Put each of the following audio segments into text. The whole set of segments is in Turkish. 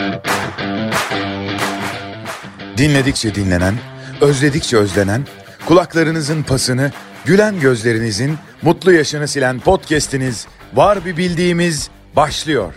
Dinledikçe dinlenen, özledikçe özlenen, kulaklarınızın pasını, gülen gözlerinizin mutlu yaşını silen podcast'iniz Var Bir Bildiğimiz başlıyor.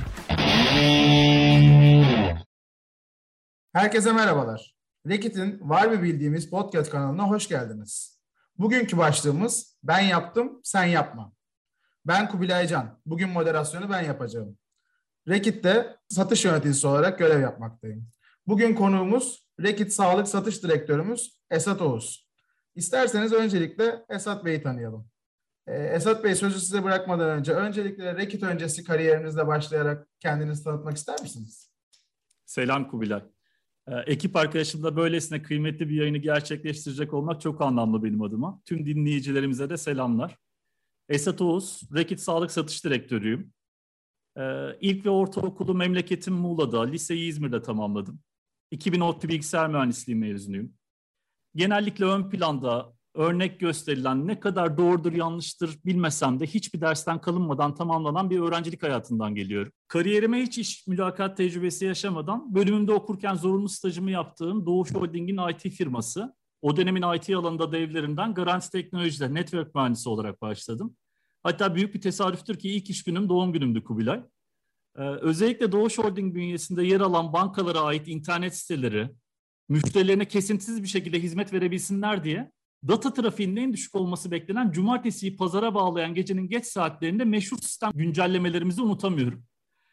Herkese merhabalar. Rekit'in Var Bir Bildiğimiz podcast kanalına hoş geldiniz. Bugünkü başlığımız Ben Yaptım, Sen Yapma. Ben Kubilay Can. Bugün moderasyonu ben yapacağım. Rekit'te satış yöneticisi olarak görev yapmaktayım. Bugün konuğumuz Rekit Sağlık Satış Direktörümüz Esat Oğuz. İsterseniz öncelikle Esat Bey'i tanıyalım. Esat Bey, sözü size bırakmadan öncelikle Rekit öncesi kariyerinizle başlayarak kendinizi tanıtmak ister misiniz? Selam Kubilay. Ekip arkadaşımla böylesine kıymetli bir yayını gerçekleştirecek olmak çok anlamlı benim adıma. Tüm dinleyicilerimize de selamlar. Esat Oğuz, Rekit Sağlık Satış Direktörüyüm. İlk ve ortaokulu memleketim Muğla'da, liseyi İzmir'de tamamladım. 2000 ODTÜ Bilgisayar Mühendisliği mezunuyum. Genellikle ön planda örnek gösterilen, ne kadar doğrudur yanlıştır bilmesem de hiçbir dersten kalınmadan tamamlanan bir öğrencilik hayatından geliyorum. Kariyerime hiç iş mülakat tecrübesi yaşamadan bölümümde okurken zorunlu stajımı yaptığım Doğuş Holding'in IT firması, o dönemin IT alanında devlerinden Garanti Teknoloji'de network mühendisi olarak başladım. Hatta büyük bir tesadüftür ki ilk iş günüm doğum günümdü Kubilay. Özellikle Doğuş Holding bünyesinde yer alan bankalara ait internet siteleri, müşterilerine kesintisiz bir şekilde hizmet verebilsinler diye data trafiğinin en düşük olması beklenen cumartesiyi pazara bağlayan gecenin geç saatlerinde meşhur sistem güncellemelerimizi unutamıyorum.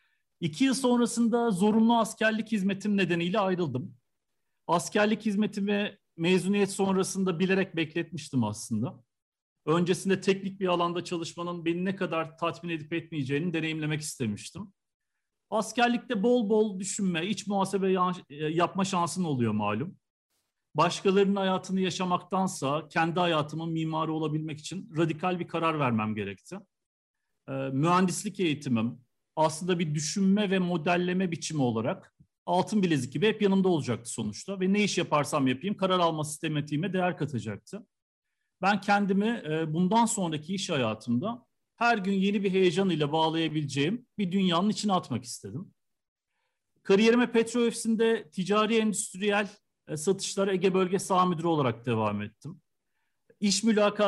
2 yıl sonrasında zorunlu askerlik hizmetim nedeniyle ayrıldım. Askerlik hizmetimi mezuniyet sonrasında bilerek bekletmiştim aslında. Öncesinde teknik bir alanda çalışmanın beni ne kadar tatmin edip etmeyeceğini deneyimlemek istemiştim. Askerlikte bol bol düşünme, iç muhasebe yapma şansın oluyor malum. Başkalarının hayatını yaşamaktansa kendi hayatımın mimarı olabilmek için radikal bir karar vermem gerekti. Mühendislik eğitimim aslında bir düşünme ve modelleme biçimi olarak altın bilezik gibi hep yanımda olacaktı sonuçta. Ve ne iş yaparsam yapayım karar alma sistematiğime değer katacaktı. Ben kendimi bundan sonraki iş hayatımda her gün yeni bir heyecan ile bağlayabileceğim bir dünyanın içine atmak istedim. Kariyerime Petrol Ofisi'nde ticari endüstriyel satışlar Ege Bölge Saha Müdürü olarak devam ettim. İş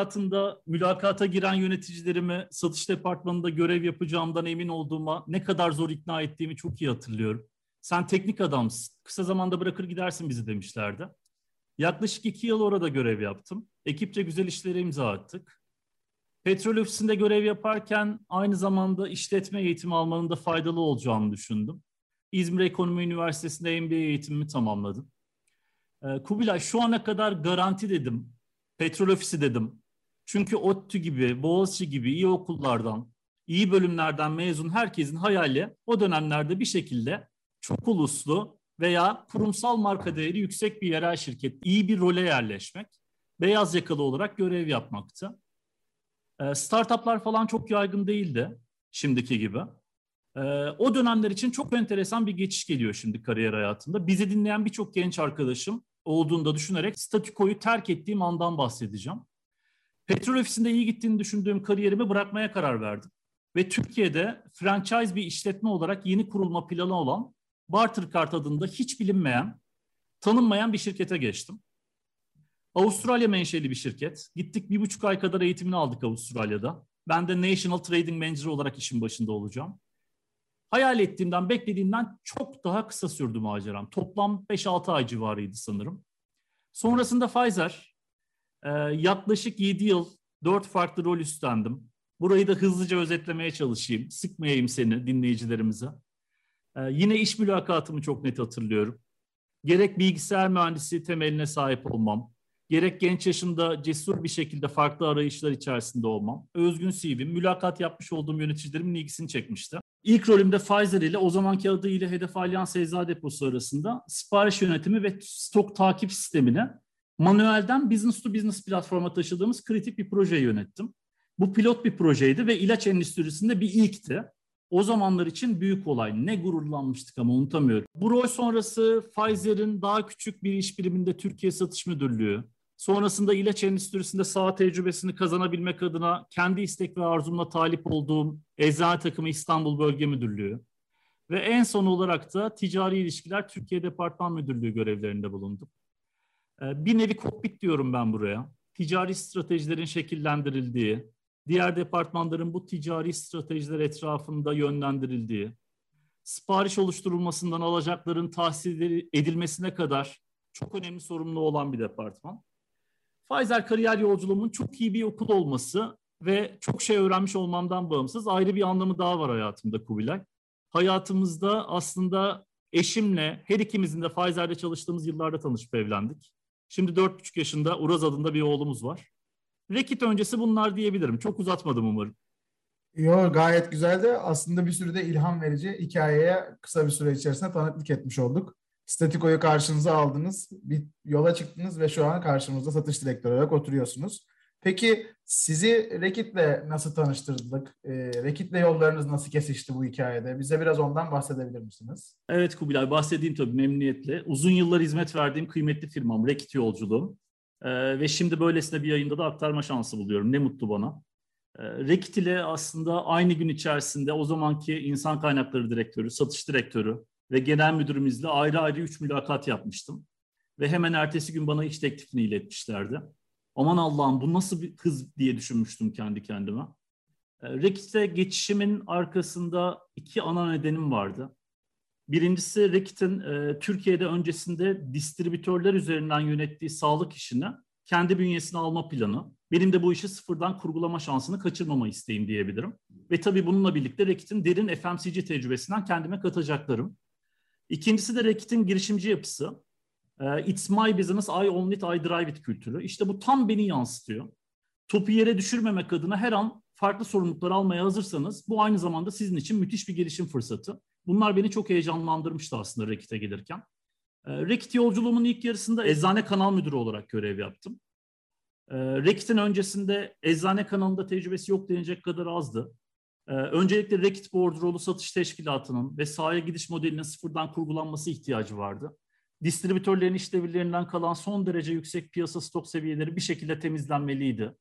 mülakata giren yöneticilerimi satış departmanında görev yapacağımdan emin olduğuma ne kadar zor ikna ettiğimi çok iyi hatırlıyorum. Sen teknik adamsın, kısa zamanda bırakır gidersin bizi demişlerdi. Yaklaşık 2 yıl orada görev yaptım. Ekipçe güzel işlere imza attık. Petrol Ofisi'nde görev yaparken aynı zamanda işletme eğitimi almanın da faydalı olacağını düşündüm. İzmir Ekonomi Üniversitesi'nde MBA eğitimimi tamamladım. Kubilay, şu ana kadar garanti dedim, Petrol Ofisi dedim. Çünkü ODTÜ gibi, Boğaziçi gibi iyi okullardan, iyi bölümlerden mezun herkesin hayali o dönemlerde bir şekilde çok uluslu veya kurumsal marka değeri yüksek bir yerel şirket, iyi bir role yerleşmek, beyaz yakalı olarak görev yapmaktı. Startuplar falan çok yaygın değildi şimdiki gibi. O dönemler için çok enteresan bir geçiş geliyor şimdi kariyer hayatında. Bizi dinleyen birçok genç arkadaşım olduğunu da düşünerek statükoyu terk ettiğim andan bahsedeceğim. Petrol Ofisi'nde iyi gittiğini düşündüğüm kariyerimi bırakmaya karar verdim. Ve Türkiye'de franchise bir işletme olarak yeni kurulma planı olan Bartercard adında hiç bilinmeyen, tanınmayan bir şirkete geçtim. Avustralya menşeli bir şirket. Gittik 1,5 ay kadar eğitimini aldık Avustralya'da. Ben de National Trading Manager olarak işin başında olacağım. Hayal ettiğimden, beklediğimden çok daha kısa sürdü maceram. Toplam 5-6 ay civarıydı sanırım. Sonrasında Pfizer, yaklaşık 7 yıl 4 farklı rol üstlendim. Burayı da hızlıca özetlemeye çalışayım. Sıkmayayım seni, dinleyicilerimize. Yine iş mülakatımı çok net hatırlıyorum. Gerek bilgisayar mühendisi temeline sahip olmam, gerek genç yaşımda cesur bir şekilde farklı arayışlar içerisinde olmam, özgün CV'm, mülakat yapmış olduğum yöneticilerimin ilgisini çekmişti. İlk rolümde Pfizer ile o zamanki adıyla Hedef Alyans Eczacı Deposu arasında sipariş yönetimi ve stok takip sistemini manuelden business to business platforma taşıdığımız kritik bir projeyi yönettim. Bu pilot bir projeydi ve ilaç endüstrisinde bir ilkti. O zamanlar için büyük olay. Ne gururlanmıştık ama unutamıyorum. Bu rol sonrası Pfizer'in daha küçük bir iş biriminde Türkiye Satış Müdürlüğü, sonrasında ilaç endüstrisinde saha tecrübesini kazanabilmek adına kendi istek ve arzumla talip olduğum Eczane Takımı İstanbul Bölge Müdürlüğü Ve en son olarak da ticari ilişkiler Türkiye Departman Müdürlüğü görevlerinde bulundum. Bir nevi kokpit diyorum ben buraya. Ticari stratejilerin şekillendirildiği, diğer departmanların bu ticari stratejiler etrafında yönlendirildiği, sipariş oluşturulmasından alacakların tahsil edilmesine kadar çok önemli sorumluluğu olan bir departman. Pfizer kariyer yolculuğumun çok iyi bir okul olması ve çok şey öğrenmiş olmamdan bağımsız ayrı bir anlamı daha var hayatımda Kubilay. Hayatımızda aslında eşimle her ikimizin de Pfizer'de çalıştığımız yıllarda tanışıp evlendik. Şimdi 4,5 yaşında Uraz adında bir oğlumuz var. Rekit öncesi bunlar diyebilirim. Çok uzatmadım umarım. Yo, gayet güzeldi. Aslında bir sürü de ilham verici hikayeye kısa bir süre içerisinde tanıklık etmiş olduk. Statiko'yu karşınıza aldınız, bir yola çıktınız ve şu an karşımızda satış direktörü olarak oturuyorsunuz. Peki sizi Rekit'le nasıl tanıştırdık? Rekit'le yollarınız nasıl kesişti bu hikayede? Bize biraz ondan bahsedebilir misiniz? Evet Kubilay, bahsedeyim tabii memnuniyetle. Uzun yıllar hizmet verdiğim kıymetli firmam Rekit Yolculuğum. Ve şimdi böylesine bir yayında da aktarma şansı buluyorum. Ne mutlu bana. Rekit ile aslında aynı gün içerisinde o zamanki insan kaynakları direktörü, satış direktörü ve genel müdürümüzle ayrı ayrı 3 mülakat yapmıştım. Ve hemen ertesi gün bana iş teklifini iletmişlerdi. Aman Allah'ım, bu nasıl bir kız diye düşünmüştüm kendi kendime. Rekit'e geçişimin arkasında 2 ana nedenim vardı. Birincisi Rekit'in Türkiye'de öncesinde distribütörler üzerinden yönettiği sağlık işini kendi bünyesine alma planı. Benim de bu işi sıfırdan kurgulama şansını kaçırmama isteğim diyebilirim. Ve tabii bununla birlikte Rekit'in derin FMCG tecrübesinden kendime katacaklarım. İkincisi de Rekit'in girişimci yapısı. It's my business, I own it, I drive it kültürü. İşte bu tam beni yansıtıyor. Topu yere düşürmemek adına her an farklı sorumluluklar almaya hazırsanız bu aynı zamanda sizin için müthiş bir gelişim fırsatı. Bunlar beni çok heyecanlandırmıştı aslında Rekit'e gelirken. Rekit yolculuğumun ilk yarısında eczane kanal müdürü olarak görev yaptım. Rekit'in öncesinde eczane kanalında tecrübesi yok denilecek kadar azdı. Öncelikle Rekit bordrolu satış teşkilatının ve sahaya gidiş modelinin sıfırdan kurgulanması ihtiyacı vardı. Distribütörlerin işlevlerinden kalan son derece yüksek piyasa stok seviyeleri bir şekilde temizlenmeliydi.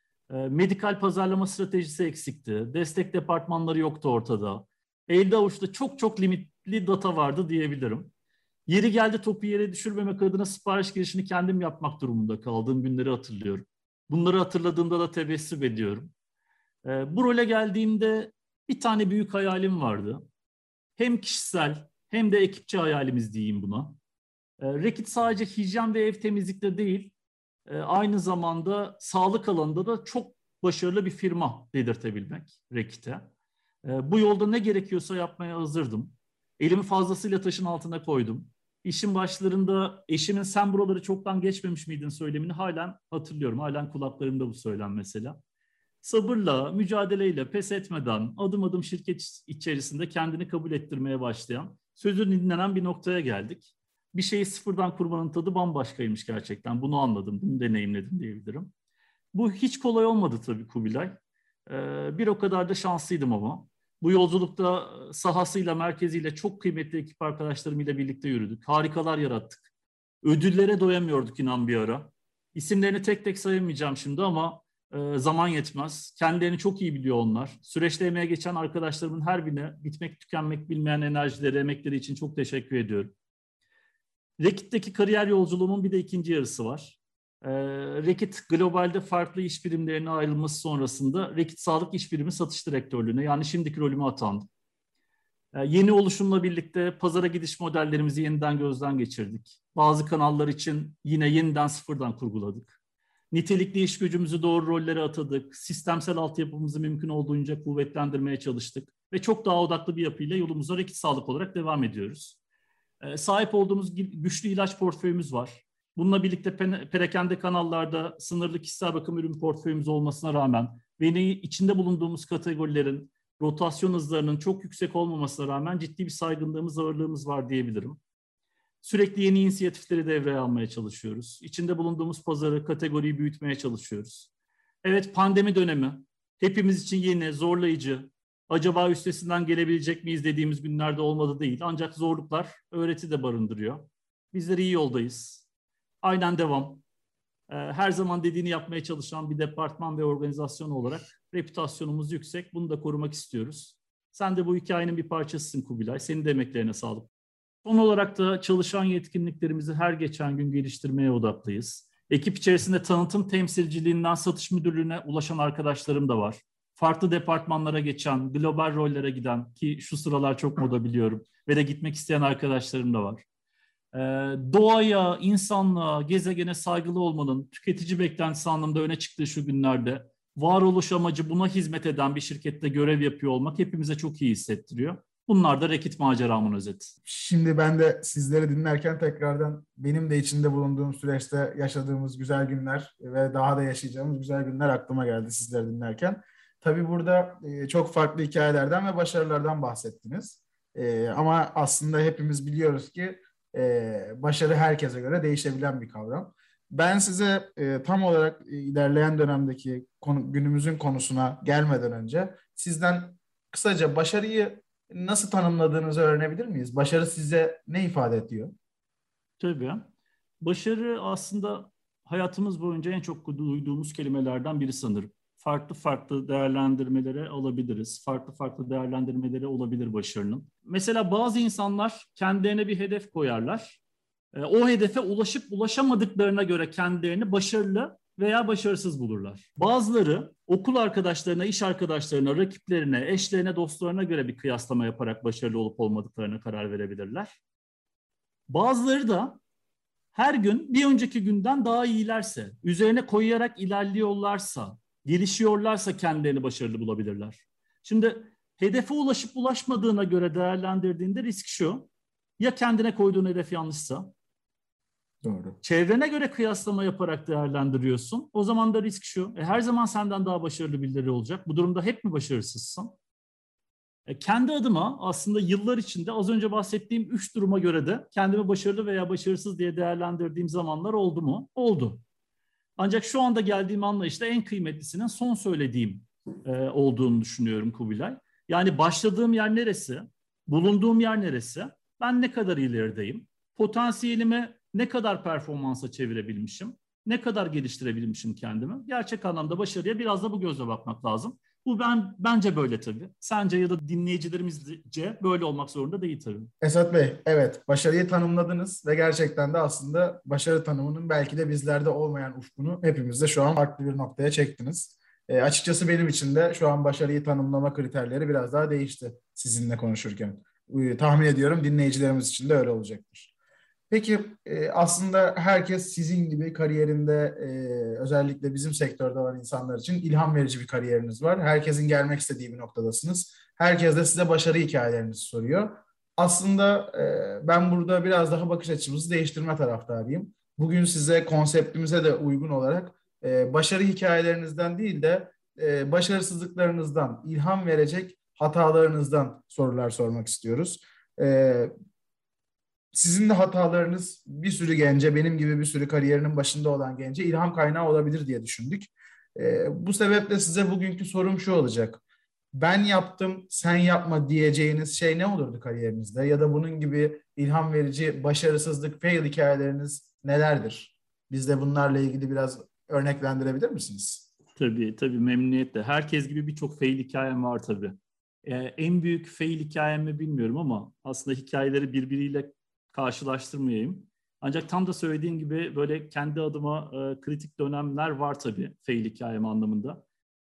Medikal pazarlama stratejisi eksikti. Destek departmanları yoktu ortada. Elde avuçta çok limitli data vardı diyebilirim. Yeri geldi topu yere düşürmemek adına sipariş girişini kendim yapmak durumunda kaldığım günleri hatırlıyorum. Bunları hatırladığımda da tebessüm ediyorum. Bu role geldiğimde bir tane büyük hayalim vardı. Hem kişisel hem de ekipçi hayalimiz diyeyim buna. Rekit sadece hijyen ve ev temizlikte değil, aynı zamanda sağlık alanında da çok başarılı bir firma dedirtebilmek Rekit'e. Bu yolda ne gerekiyorsa yapmaya hazırdım. Elimi fazlasıyla taşın altına koydum. İşin başlarında eşimin sen buraları çoktan geçmemiş miydin söylemini halen hatırlıyorum. Halen kulaklarımda bu söylem mesela. Sabırla, mücadeleyle, pes etmeden adım adım şirket içerisinde kendini kabul ettirmeye başlayan, sözü dinlenen bir noktaya geldik. Bir şeyi sıfırdan kurmanın tadı bambaşkaymış gerçekten. Bunu anladım, bunu deneyimledim diyebilirim. Bu hiç kolay olmadı tabii Kubilay. Bir o kadar da şanslıydım ama. Bu yolculukta sahasıyla, merkeziyle çok kıymetli ekip arkadaşlarımıyla birlikte yürüdük. Harikalar yarattık. Ödüllere doyamıyorduk inan bir ara. İsimlerini tek tek sayamayacağım şimdi ama zaman yetmez. Kendilerini çok iyi biliyor onlar. Süreçte emeğe geçen arkadaşlarımın her birine bitmek tükenmek bilmeyen enerjileri, emekleri için çok teşekkür ediyorum. Rekit'teki kariyer yolculuğumun bir de ikinci yarısı var. Rekit globalde farklı iş birimlerine ayrılması sonrasında Rekit Sağlık İş Birimi Satış Direktörlüğüne yani şimdiki rolüme atandım. Yeni oluşumla birlikte pazara gidiş modellerimizi yeniden gözden geçirdik. Bazı kanallar için yine yeniden sıfırdan kurguladık. Nitelikli iş gücümüzü doğru rollere atadık. Sistemsel altyapımızı mümkün olduğunca kuvvetlendirmeye çalıştık. Ve çok daha odaklı bir yapıyla yolumuza Rekit Sağlık olarak devam ediyoruz. Sahip olduğumuz güçlü ilaç portföyümüz var. Bununla birlikte perakende kanallarda sınırlı kişisel bakım ürün portföyümüz olmasına rağmen ve içinde bulunduğumuz kategorilerin rotasyon hızlarının çok yüksek olmamasına rağmen ciddi bir saygınlığımız, ağırlığımız var diyebilirim. Sürekli yeni inisiyatifleri devreye almaya çalışıyoruz. İçinde bulunduğumuz pazarı, kategoriyi büyütmeye çalışıyoruz. Evet, pandemi dönemi hepimiz için yeni, zorlayıcı, acaba üstesinden gelebilecek miyiz dediğimiz günlerde olmadı değil. Ancak zorluklar öğreti de barındırıyor. Bizler iyi yoldayız. Aynen devam. Her zaman dediğini yapmaya çalışan bir departman ve organizasyon olarak reputasyonumuz yüksek. Bunu da korumak istiyoruz. Sen de bu hikayenin bir parçasısın Kubilay. Senin de emeklerine sağlık. Son olarak da çalışan yetkinliklerimizi her geçen gün geliştirmeye odaklıyız. Ekip içerisinde tanıtım temsilciliğinden satış müdürlüğüne ulaşan arkadaşlarım da var. Farklı departmanlara geçen, global rollere giden ki şu sıralar çok moda biliyorum ve de gitmek isteyen arkadaşlarım da var. Doğaya, insanlığa, gezegene saygılı olmanın tüketici beklentisi anlamda öne çıktığı şu günlerde varoluş amacı buna hizmet eden bir şirkette görev yapıyor olmak hepimize çok iyi hissettiriyor. Bunlar da Rekit maceramın özeti. Şimdi ben de sizleri dinlerken tekrardan benim de içinde bulunduğum süreçte yaşadığımız güzel günler ve daha da yaşayacağımız güzel günler aklıma geldi sizleri dinlerken. Tabii burada çok farklı hikayelerden ve başarılardan bahsettiniz. Ama aslında hepimiz biliyoruz ki başarı herkese göre değişebilen bir kavram. Ben size tam olarak ilerleyen dönemdeki günümüzün konusuna gelmeden önce sizden kısaca başarıyı nasıl tanımladığınızı öğrenebilir miyiz? Başarı size ne ifade ediyor? Tabii. Başarı aslında hayatımız boyunca en çok duyduğumuz kelimelerden biri sanırım. Farklı farklı değerlendirmelere alabiliriz. Farklı farklı değerlendirmeleri olabilir başarının. Mesela bazı insanlar kendilerine bir hedef koyarlar. O hedefe ulaşıp ulaşamadıklarına göre kendilerini başarılı veya başarısız bulurlar. Bazıları okul arkadaşlarına, iş arkadaşlarına, rakiplerine, eşlerine, dostlarına göre bir kıyaslama yaparak başarılı olup olmadıklarına karar verebilirler. Bazıları da her gün bir önceki günden daha iyilerse, üzerine koyarak ilerliyorlarsa, gelişiyorlarsa kendilerini başarılı bulabilirler. Şimdi hedefe ulaşıp ulaşmadığına göre değerlendirdiğinde risk şu: ya kendine koyduğun hedef yanlışsa, doğru, çevrene göre kıyaslama yaparak değerlendiriyorsun. O zaman da risk şu: her zaman senden daha başarılı birileri olacak. Bu durumda hep mi başarısızsın? Kendi adıma aslında yıllar içinde az önce bahsettiğim 3 duruma göre de kendimi başarılı veya başarısız diye değerlendirdiğim zamanlar oldu mu? Oldu. Ancak şu anda geldiğim anlayışta en kıymetlisinin son söylediğim olduğunu düşünüyorum Kubilay. Yani başladığım yer neresi? Bulunduğum yer neresi? Ben ne kadar ilerideyim? Potansiyelimi ne kadar performansa çevirebilmişim? Ne kadar geliştirebilmişim kendimi? Gerçek anlamda başarıya biraz da bu gözle bakmak lazım. Bu bence böyle tabii. Sence ya da dinleyicilerimizce böyle olmak zorunda değil tabii. Esat Bey, evet, başarıyı tanımladınız ve gerçekten de aslında başarı tanımının belki de bizlerde olmayan ufkunu hepimizde şu an farklı bir noktaya çektiniz. Açıkçası benim için de şu an başarıyı tanımlama kriterleri biraz daha değişti sizinle konuşurken. Tahmin ediyorum dinleyicilerimiz için de öyle olacaktır. Peki aslında herkes sizin gibi kariyerinde özellikle bizim sektörde olan insanlar için ilham verici bir kariyeriniz var. Herkesin gelmek istediği bir noktadasınız. Herkes de size başarı hikayelerinizi soruyor. Aslında ben burada biraz daha bakış açımızı değiştirme taraftarıyım. Bugün size konseptimize de uygun olarak başarı hikayelerinizden değil de başarısızlıklarınızdan, ilham verecek hatalarınızdan sorular sormak istiyoruz. Sizin de hatalarınız bir sürü gence, benim gibi bir sürü kariyerinin başında olan gence ilham kaynağı olabilir diye düşündük. Bu sebeple size bugünkü sorum şu olacak: ben yaptım, sen yapma diyeceğiniz şey ne olurdu kariyerinizde? Ya da bunun gibi ilham verici başarısızlık, fail hikayeleriniz nelerdir? Biz de bunlarla ilgili biraz örneklendirebilir misiniz? Tabii memnuniyetle. Herkes gibi birçok fail hikayem var tabii. En büyük fail hikayem mi bilmiyorum ama aslında hikayeleri birbiriyle karşılaştırmayayım. Ancak tam da söylediğim gibi böyle kendi adıma kritik dönemler var tabii fail hikayem anlamında.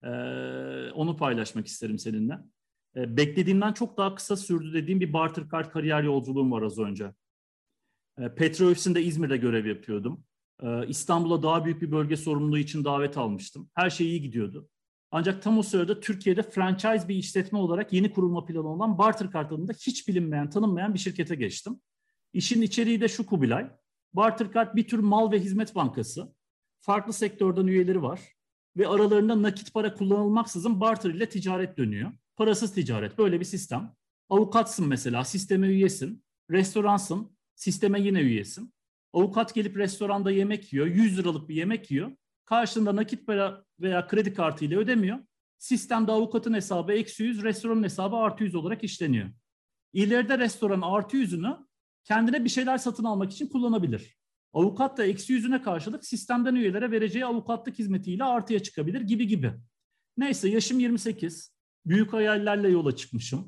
Onu paylaşmak isterim seninle. Beklediğimden çok daha kısa sürdü dediğim bir barter kart kariyer yolculuğum var az önce. Petrol Ofisi'nde İzmir'de görev yapıyordum. İstanbul'a daha büyük bir bölge sorumluluğu için davet almıştım. Her şey iyi gidiyordu. Ancak tam o sırada Türkiye'de franchise bir işletme olarak yeni kurulma planı olan barter kart adında hiç bilinmeyen, tanınmayan bir şirkete geçtim. İşin içeriği de şu Kubilay: Bartercard bir tür mal ve hizmet bankası. Farklı sektörden üyeleri var ve aralarında nakit para kullanılmaksızın barter ile ticaret dönüyor. Parasız ticaret, böyle bir sistem. Avukatsın mesela, sisteme üyesin. Restoransın, sisteme yine üyesin. Avukat gelip restoranda yemek yiyor, 100 liralık bir yemek yiyor. Karşılığında nakit para veya kredi kartı ile ödemiyor. Sistemde avukatın hesabı -100, restoranın hesabı +100 olarak işleniyor. İleride restoran +100'ünü kendine bir şeyler satın almak için kullanabilir. Avukat da -100'üne karşılık sistemden üyelere vereceği avukatlık hizmetiyle artıya çıkabilir gibi. Neyse, yaşım 28. Büyük hayallerle yola çıkmışım.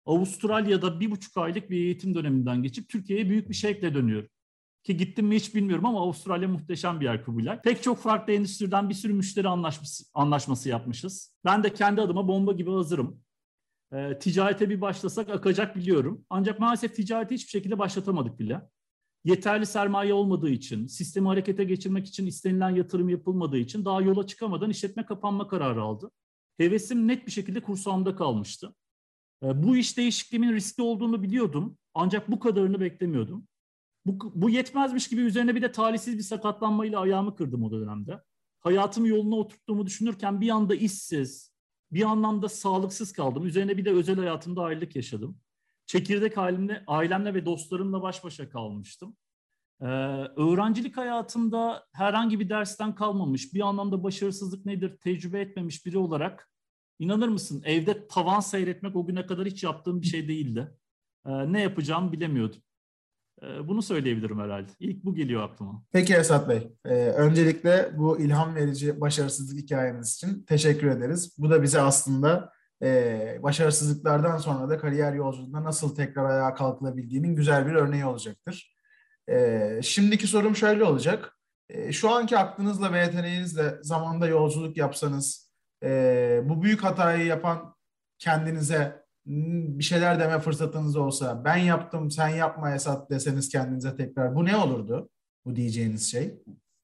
Avustralya'da 1,5 aylık bir eğitim döneminden geçip Türkiye'ye büyük bir şevkle dönüyorum. Ki gittim mi hiç bilmiyorum ama Avustralya muhteşem bir yer Kubilay. Pek çok farklı endüstriden bir sürü müşteri anlaşması yapmışız. Ben de kendi adıma bomba gibi hazırım. Ticarete bir başlasak akacak biliyorum. Ancak maalesef ticareti hiçbir şekilde başlatamadık bile. Yeterli sermaye olmadığı için, sistemi harekete geçirmek için istenilen yatırım yapılmadığı için daha yola çıkamadan işletme kapanma kararı aldı. Hevesim net bir şekilde kursağımda kalmıştı. Bu iş değişikliğimin riskli olduğunu biliyordum. Ancak bu kadarını beklemiyordum. Bu yetmezmiş gibi üzerine bir de talihsiz bir sakatlanmayla ayağımı kırdım o dönemde. Hayatımı yoluna oturttuğumu düşünürken bir anda işsiz, bir anlamda sağlıksız kaldım. Üzerine bir de özel hayatımda ayrılık yaşadım. Çekirdek halimle, ailemle ve dostlarımla baş başa kalmıştım. Öğrencilik hayatımda herhangi bir dersten kalmamış, bir anlamda başarısızlık nedir tecrübe etmemiş biri olarak, inanır mısın, evde tavan seyretmek o güne kadar hiç yaptığım bir şey değildi. Ne yapacağımı bilemiyordum. Bunu söyleyebilirim herhalde. İlk bu geliyor aklıma. Peki Esat Bey, öncelikle bu ilham verici başarısızlık hikayeniz için teşekkür ederiz. Bu da bize aslında başarısızlıklardan sonra da kariyer yolculuğunda nasıl tekrar ayağa kalkılabildiğinin güzel bir örneği olacaktır. Şimdiki sorum şöyle olacak. Şu anki aklınızla ve yeteneğinizle zamanda yolculuk yapsanız, bu büyük hatayı yapan kendinize bir şeyler deme fırsatınız olsa, ben yaptım sen yapma Esat deseniz kendinize tekrar, bu ne olurdu? Bu diyeceğiniz şey.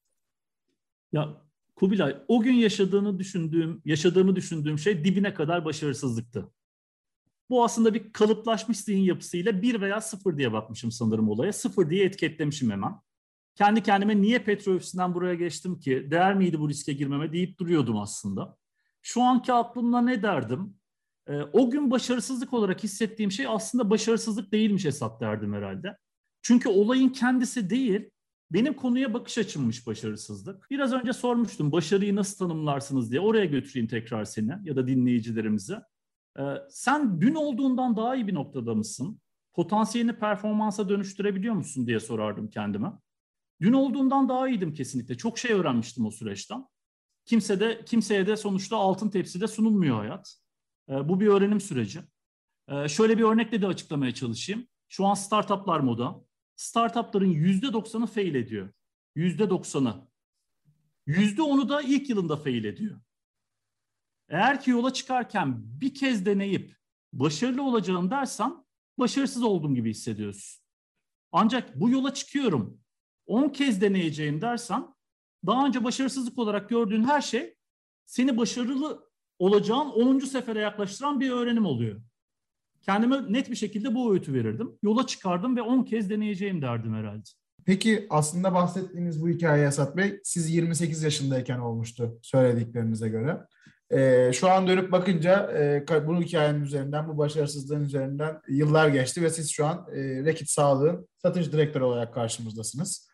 Ya Kubilay, o gün yaşadığımı düşündüğüm şey dibine kadar başarısızlıktı. Bu aslında bir kalıplaşmış zihin yapısıyla 1 veya 0 diye bakmışım sanırım olaya. 0 diye etiketlemişim hemen. Kendi kendime niye petrol ofisinden buraya geçtim ki, değer miydi bu riske girmeme deyip duruyordum aslında. Şu anki aklımla ne derdim? O gün başarısızlık olarak hissettiğim şey aslında başarısızlık değilmiş Esat derdim herhalde. Çünkü olayın kendisi değil, benim konuya bakış açımmış başarısızlık. Biraz önce sormuştum başarıyı nasıl tanımlarsınız diye. Oraya götüreyim tekrar seni ya da dinleyicilerimizi. Sen dün olduğundan daha iyi bir noktada mısın? Potansiyelini performansa dönüştürebiliyor musun diye sorardım kendime. Dün olduğundan daha iyiydim kesinlikle. Çok şey öğrenmiştim o süreçten. Kimseye de sonuçta altın tepside sunulmuyor hayat. Bu bir öğrenim süreci. Şöyle bir örnekle de açıklamaya çalışayım. Şu an startuplar moda. Startupların %90'ı fail ediyor. %90'ı. %10'u da ilk yılında fail ediyor. Eğer ki yola çıkarken bir kez deneyip başarılı olacağım dersen başarısız olduğum gibi hissediyorsun. Ancak bu yola çıkıyorum, 10 kez deneyeceğim dersen daha önce başarısızlık olarak gördüğün her şey seni başarılı olacağın 10. sefere yaklaştıran bir öğrenim oluyor. Kendime net bir şekilde bu öğütü verirdim. Yola çıkardım ve 10 kez deneyeceğim derdim herhalde. Peki aslında bahsettiğiniz bu hikaye Esat Bey, siz 28 yaşındayken olmuştu söylediklerinize göre. Şu an dönüp bakınca bu hikayenin üzerinden, bu başarısızlığın üzerinden yıllar geçti ve siz şu an Reckitt Sağlık'ın satış direktörü olarak karşımızdasınız.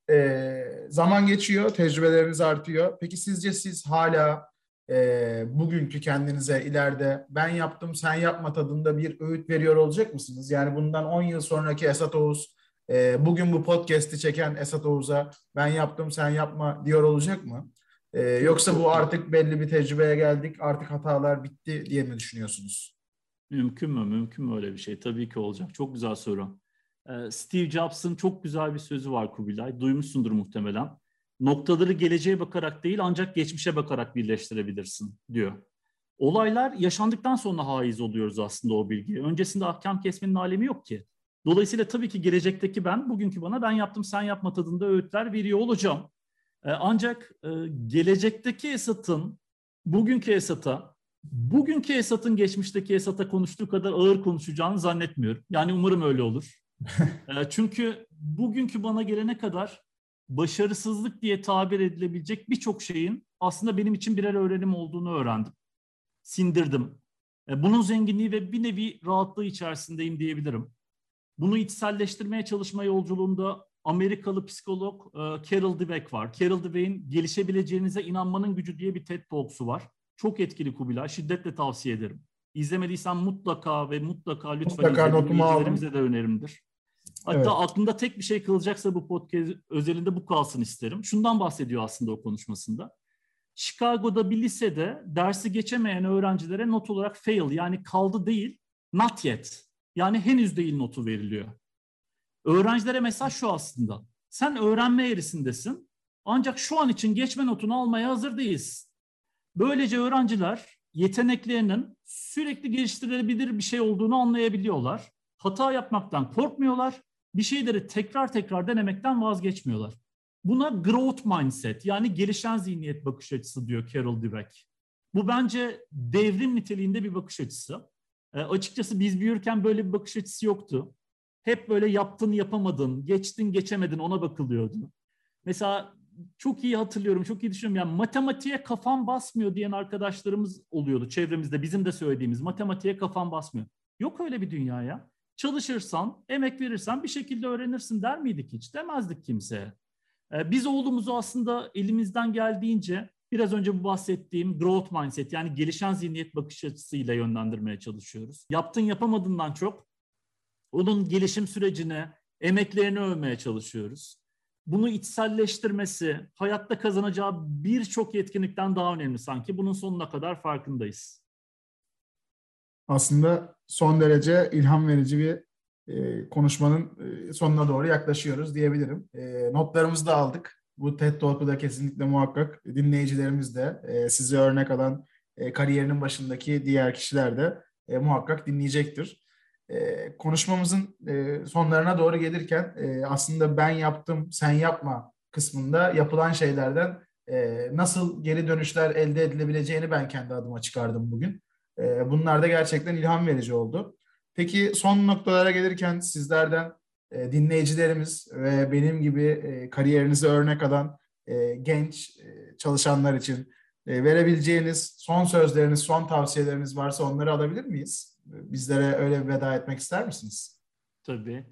Zaman geçiyor, tecrübeleriniz artıyor. Peki sizce siz hala bugünkü kendinize ileride ben yaptım sen yapma tadında bir öğüt veriyor olacak mısınız? Yani bundan 10 yıl sonraki Esat Oğuz, bugün bu podcast'i çeken Esat Oğuz'a ben yaptım sen yapma diyor olacak mı? Yoksa bu artık belli bir tecrübeye geldik, artık hatalar bitti diye mi düşünüyorsunuz? Mümkün mü? Mümkün mü öyle bir şey? Tabii ki olacak. Çok güzel soru. Steve Jobs'ın çok güzel bir sözü var Kubilay. Duymuşsundur muhtemelen. Noktaları geleceğe bakarak değil ancak geçmişe bakarak birleştirebilirsin diyor. Olaylar yaşandıktan sonra haiz oluyoruz aslında o bilgiye. Öncesinde ahkam kesmenin alemi yok ki. Dolayısıyla tabii ki gelecekteki ben, bugünkü bana ben yaptım sen yapma tadında öğütler veriyor olacağım. Ancak gelecekteki Esat'ın bugünkü Esat'ın geçmişteki Esat'a konuştuğu kadar ağır konuşacağını zannetmiyorum. Yani umarım öyle olur. Çünkü bugünkü bana gelene kadar başarısızlık diye tabir edilebilecek birçok şeyin aslında benim için birer öğrenim olduğunu öğrendim. Sindirdim. Bunun zenginliği ve bir nevi rahatlığı içerisindeyim diyebilirim. Bunu içselleştirmeye çalışma yolculuğunda Amerikalı psikolog Carol Dweck var. Carol Dweck'in Gelişebileceğinize İnanmanın Gücü diye bir TED Talks'u var. Çok etkili Kubilay. Şiddetle tavsiye ederim. İzlemediysen mutlaka lütfen izle. Dinleyicilerimize de önerimdir. Hatta evet, aklında tek bir şey kalacaksa bu podcast özelinde bu kalsın isterim. Şundan bahsediyor aslında o konuşmasında. Chicago'da bir lisede dersi geçemeyen öğrencilere not olarak fail yani kaldı değil, Not yet. Yani henüz değil notu veriliyor. Öğrencilere mesaj şu aslında. Sen öğrenme eğrisindesin. Ancak şu an için geçme notunu almaya hazır değiliz. Böylece öğrenciler yeteneklerinin sürekli geliştirilebilir bir şey olduğunu anlayabiliyorlar. Hata yapmaktan korkmuyorlar. Bir şeyleri tekrar tekrar denemekten vazgeçmiyorlar. Buna growth mindset yani gelişen zihniyet bakış açısı diyor Carol Dweck. Bu bence devrim niteliğinde bir bakış açısı. Açıkçası biz büyürken böyle bir bakış açısı yoktu. Hep böyle yaptın yapamadın, geçtin geçemedin ona bakılıyordu. Mesela çok iyi hatırlıyorum, çok iyi düşünüyorum. Yani matematiğe kafam basmıyor diyen arkadaşlarımız oluyordu çevremizde. Bizim de söylediğimiz matematiğe kafam basmıyor. Yok öyle bir dünya ya. Çalışırsan, emek verirsen bir şekilde öğrenirsin der miydik hiç? Demezdik kimseye. Biz oğlumuzu aslında elimizden geldiğince biraz önce bu bahsettiğim growth mindset yani gelişen zihniyet bakış açısıyla yönlendirmeye çalışıyoruz. Yaptın yapamadığından çok onun gelişim sürecine, emeklerini övmeye çalışıyoruz. Bunu içselleştirmesi, hayatta kazanacağı birçok yetkinlikten daha önemli sanki. Bunun sonuna kadar farkındayız. Aslında son derece ilham verici bir konuşmanın sonuna doğru yaklaşıyoruz diyebilirim. Notlarımızı da aldık. Bu TED Talk'u da kesinlikle muhakkak dinleyicilerimiz de size örnek alan kariyerinin başındaki diğer kişiler de muhakkak dinleyecektir. Konuşmamızın sonlarına doğru gelirken aslında ben yaptım, sen yapma kısmında yapılan şeylerden nasıl geri dönüşler elde edilebileceğini ben kendi adıma çıkardım bugün. Bunlar da gerçekten ilham verici oldu. Peki son noktalara gelirken sizlerden dinleyicilerimiz ve benim gibi kariyerinize örnek alan genç çalışanlar için verebileceğiniz son sözleriniz, son tavsiyeleriniz varsa onları alabilir miyiz? Bizlere öyle bir veda etmek ister misiniz? Tabii.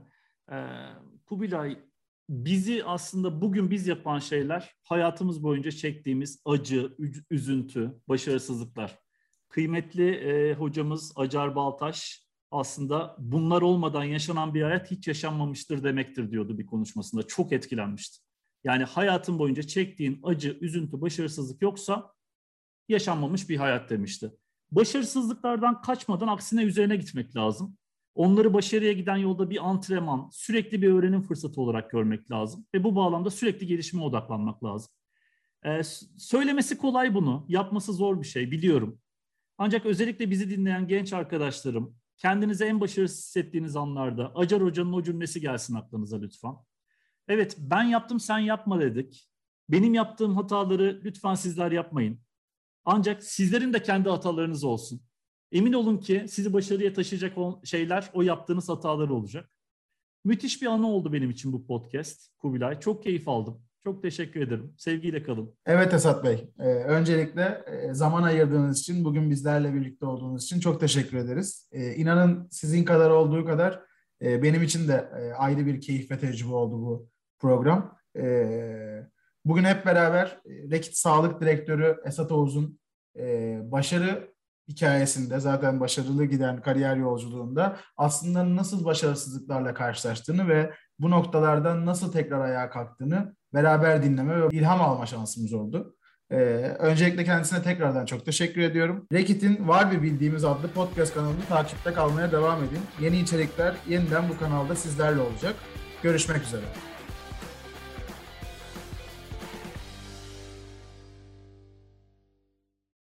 Kubilay, bizi aslında bugün biz yapan şeyler hayatımız boyunca çektiğimiz acı, üzüntü, başarısızlıklar. Kıymetli hocamız Acar Baltaş aslında bunlar olmadan yaşanan bir hayat hiç yaşanmamıştır demektir diyordu bir konuşmasında. Çok etkilenmişti. Yani hayatın boyunca çektiğin acı, üzüntü, başarısızlık yoksa yaşanmamış bir hayat demişti. Başarısızlıklardan kaçmadan aksine üzerine gitmek lazım. Onları başarıya giden yolda bir antrenman, sürekli bir öğrenim fırsatı olarak görmek lazım. Ve bu bağlamda sürekli gelişime odaklanmak lazım. Söylemesi kolay bunu, yapması zor bir şey biliyorum. Ancak özellikle bizi dinleyen genç arkadaşlarım, kendinizi en başarısız hissettiğiniz anlarda Acar Hoca'nın o cümlesi gelsin aklınıza lütfen. Evet, ben yaptım sen yapma dedik. Benim yaptığım hataları lütfen sizler yapmayın. Ancak sizlerin de kendi hatalarınız olsun. Emin olun ki sizi başarıya taşıyacak şeyler o yaptığınız hatalar olacak. Müthiş bir anı oldu benim için bu podcast Kubilay. Çok keyif aldım. Çok teşekkür ederim. Sevgiyle kalın. Evet Esat Bey. Öncelikle zaman ayırdığınız için, bugün bizlerle birlikte olduğunuz için çok teşekkür ederiz. İnanın sizin kadar olduğu kadar benim için de ayrı bir keyif ve tecrübe oldu bu program. Bugün hep beraber Rekit Sağlık Direktörü Esat Oğuz'un başarı hikayesinde, zaten başarılı giden kariyer yolculuğunda aslında nasıl başarısızlıklarla karşılaştığını ve bu noktalardan nasıl tekrar ayağa kalktığını beraber dinleme ve ilham alma şansımız oldu. Öncelikle kendisine tekrardan çok teşekkür ediyorum. Rekit'in Var Bir Bildiğimiz adlı podcast kanalını takipte kalmaya devam edin. Yeni içerikler yeniden bu kanalda sizlerle olacak. Görüşmek üzere.